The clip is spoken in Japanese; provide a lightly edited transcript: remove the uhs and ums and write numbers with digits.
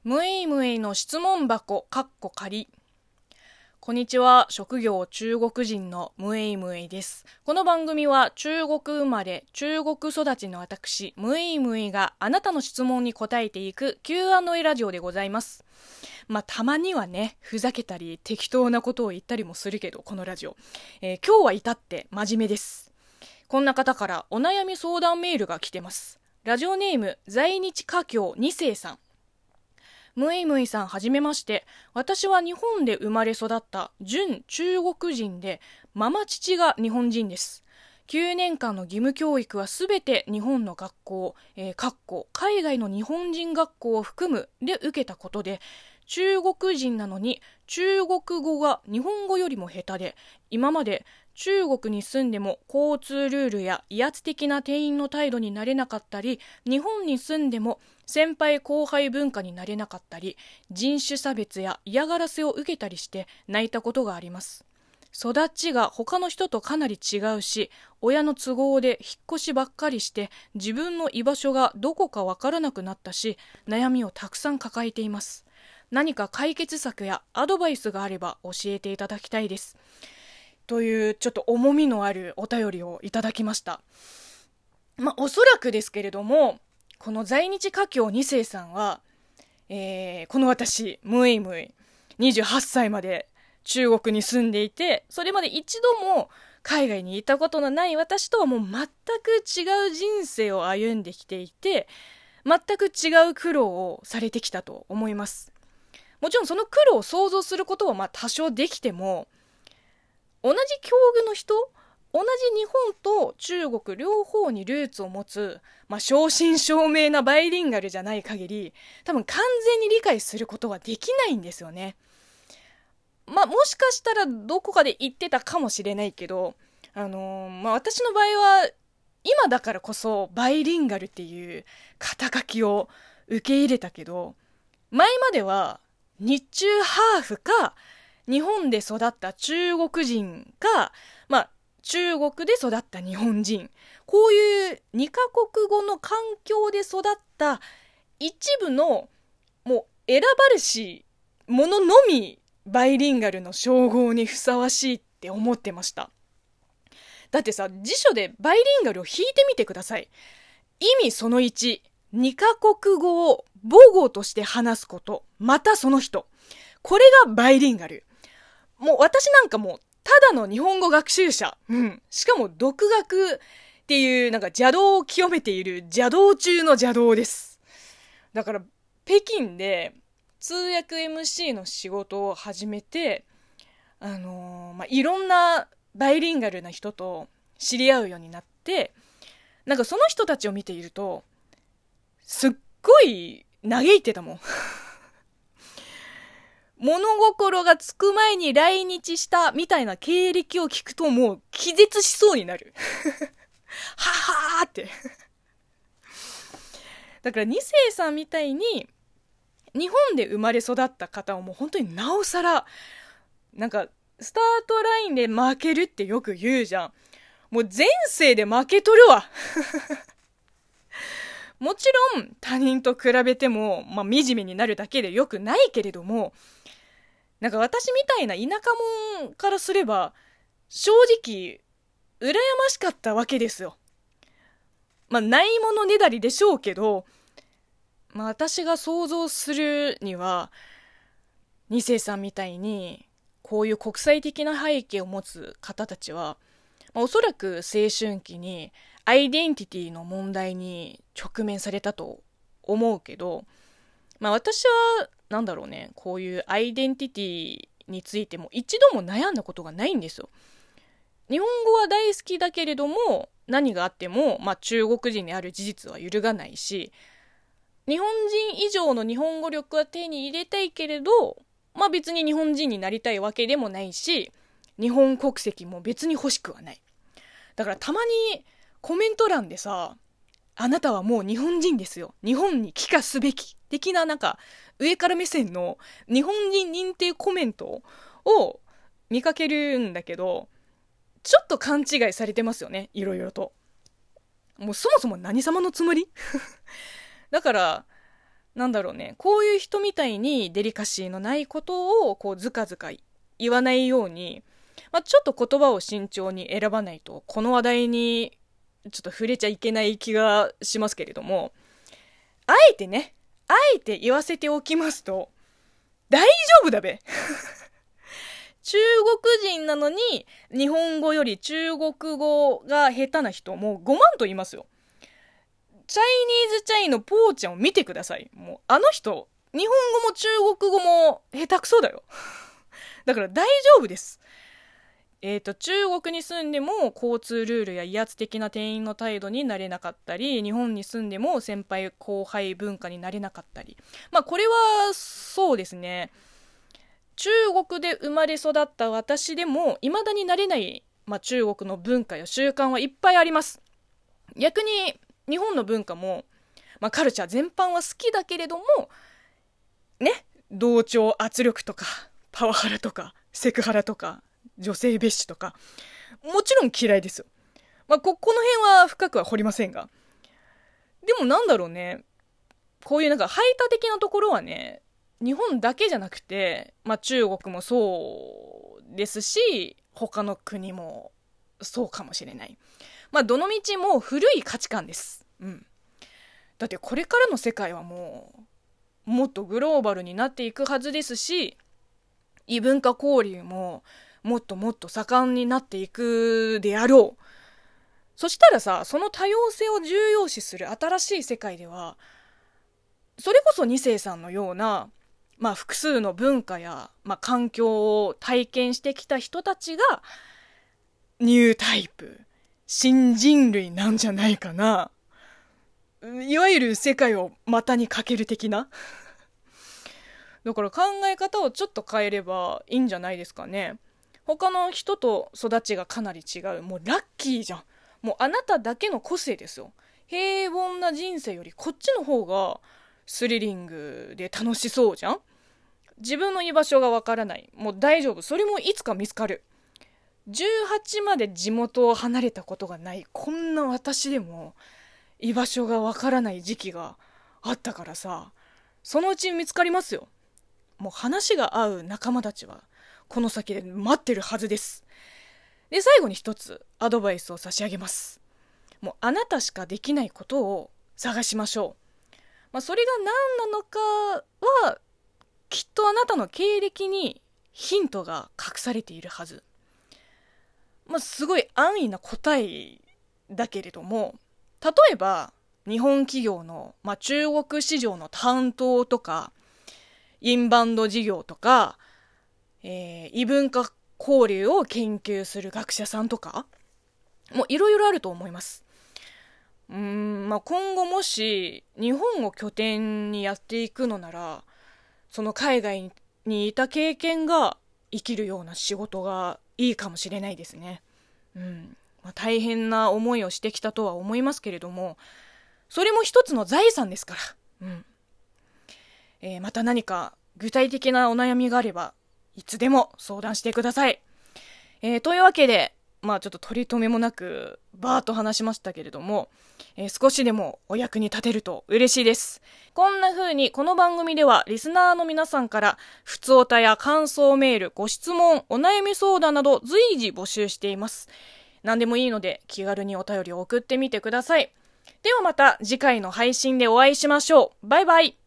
むいむいの質問箱仮。こんにちは。職業中国人のむいむいです。この番組は中国生まれ、中国育ちの私、むいむいがあなたの質問に答えていく Q&A ラジオでございます。たまにはね、ふざけたり適当なことを言ったりもするけど、このラジオ。今日は至って真面目です。こんな方からお悩み相談メールが来てます。ラジオネーム、在日華僑2世さん。むいむいさんはじめまして。私は日本で生まれ育った純中国人で、ママ父が日本人です。9年間の義務教育はすべて日本の学校、海外の日本人学校を含むで受けたことで、中国人なのに中国語が日本語よりも下手で、今まで中国に住んでも交通ルールや威圧的な店員の態度になれなかったり、日本に住んでも先輩後輩文化になれなかったり、人種差別や嫌がらせを受けたりして泣いたことがあります。育ちが他の人とかなり違うし、親の都合で引っ越しばっかりして自分の居場所がどこかわからなくなったし、悩みをたくさん抱えています。何か解決策やアドバイスがあれば教えていただきたいです。というちょっと重みのあるお便りをいただきました。おそらくですけれども、この在日華僑2世さんは、この私、むいむい、28歳まで中国に住んでいて、それまで一度も海外に行ったことのない私とはもう全く違う人生を歩んできていて、全く違う苦労をされてきたと思います。もちろんその苦労を想像することは多少できても、同じ境遇の人、同じ日本と中国両方にルーツを持つ、正真正銘なバイリンガルじゃない限り、多分完全に理解することはできないんですよね。もしかしたらどこかで言ってたかもしれないけど、私の場合は今だからこそバイリンガルっていう肩書きを受け入れたけど、前までは日中ハーフか日本で育った中国人か、中国で育った日本人、こういう2カ国語の環境で育った一部のもう選ばれし者のみバイリンガルの称号にふさわしいって思ってました。だってさ、辞書でバイリンガルを引いてみてください。意味その1、2カ国語を母語として話すこと、またその人。これがバイリンガル。もう私なんかもうただの日本語学習者。しかも独学っていう邪道を極めている邪道中の邪道です。だから北京で通訳 MC の仕事を始めて、いろんなバイリンガルな人と知り合うようになって、その人たちを見ていると、すっごい嘆いてたもん。物心がつく前に来日したみたいな経歴を聞くともう気絶しそうになる。ははーって。だから2世さんみたいに日本で生まれ育った方はもう本当になおさら、スタートラインで負けるってよく言うじゃん。もう前世で負けとるわ。もちろん他人と比べても、惨めになるだけでよくないけれども、私みたいな田舎者からすれば、正直、羨ましかったわけですよ。ないものねだりでしょうけど、私が想像するには、二世さんみたいに、こういう国際的な背景を持つ方たちは、おそらく青春期にアイデンティティの問題に直面されたと思うけど、私はこういうアイデンティティについても一度も悩んだことがないんですよ。日本語は大好きだけれども、何があっても、中国人である事実は揺るがないし、日本人以上の日本語力は手に入れたいけれど、別に日本人になりたいわけでもないし、日本国籍も別に欲しくはない。だからたまにコメント欄でさ、あなたはもう日本人ですよ、日本に帰化すべき的な上から目線の日本人認定コメントを見かけるんだけど、ちょっと勘違いされてますよね、いろいろと。もうそもそも何様のつもりだからなんだろうね、こういう人みたいにデリカシーのないことをこうずかずか言わないように、ちょっと言葉を慎重に選ばないとこの話題にちょっと触れちゃいけない気がしますけれども、あえて言わせておきますと、大丈夫だべ中国人なのに日本語より中国語が下手な人もう5万と言いますよ。チャイニーズチャイのポーちゃんを見てください。もうあの人、日本語も中国語も下手くそだよ。だから大丈夫です。中国に住んでも交通ルールや威圧的な店員の態度になれなかったり、日本に住んでも先輩後輩文化になれなかったり。これはそうですね。中国で生まれ育った私でも未だになれない、中国の文化や習慣はいっぱいあります。逆に日本の文化も、カルチャー全般は好きだけれどもね、同調圧力とかパワハラとかセクハラとか女性蔑視とかもちろん嫌いですよ。この辺は深くは掘りませんが、でもなんだろうね、こういう排他的なところはね、日本だけじゃなくて、中国もそうですし、他の国もそうかもしれない。どの道も古い価値観です。だってこれからの世界はもっとグローバルになっていくはずですし、異文化交流ももっともっと盛んになっていくであろう。そしたらさ、その多様性を重要視する新しい世界では、それこそ二世さんのような、複数の文化や、環境を体験してきた人たちがニュータイプ、新人類なんじゃないかな。いわゆる世界を股にかける的なだから考え方をちょっと変えればいいんじゃないですかね。他の人と育ちがかなり違う。もうラッキーじゃん。もうあなただけの個性ですよ。平凡な人生よりこっちの方がスリリングで楽しそうじゃん。自分の居場所がわからない。もう大丈夫。それもいつか見つかる。18まで地元を離れたことがないこんな私でも居場所がわからない時期があったからさ、そのうち見つかりますよ。もう話が合う仲間たちはこの先で待ってるはずです。で、最後に一つアドバイスを差し上げます。もうあなたしかできないことを探しましょう。それが何なのかはきっとあなたの経歴にヒントが隠されているはず。すごい安易な答えだけれども、例えば日本企業の、中国市場の担当とかインバウンド事業とか、異文化交流を研究する学者さんとかもういろいろあると思います。今後もし日本を拠点にやっていくのなら、その海外にいた経験が生きるような仕事がいいかもしれないですね。大変な思いをしてきたとは思いますけれども、それも一つの財産ですから。また何か具体的なお悩みがあればいつでも相談してください。というわけで、ちょっと取り留めもなくバーッと話しましたけれども、少しでもお役に立てると嬉しいです。こんな風にこの番組ではリスナーの皆さんからふつおたや感想メール、ご質問、お悩み相談など随時募集しています。何でもいいので気軽にお便りを送ってみてください。ではまた次回の配信でお会いしましょう。バイバイ。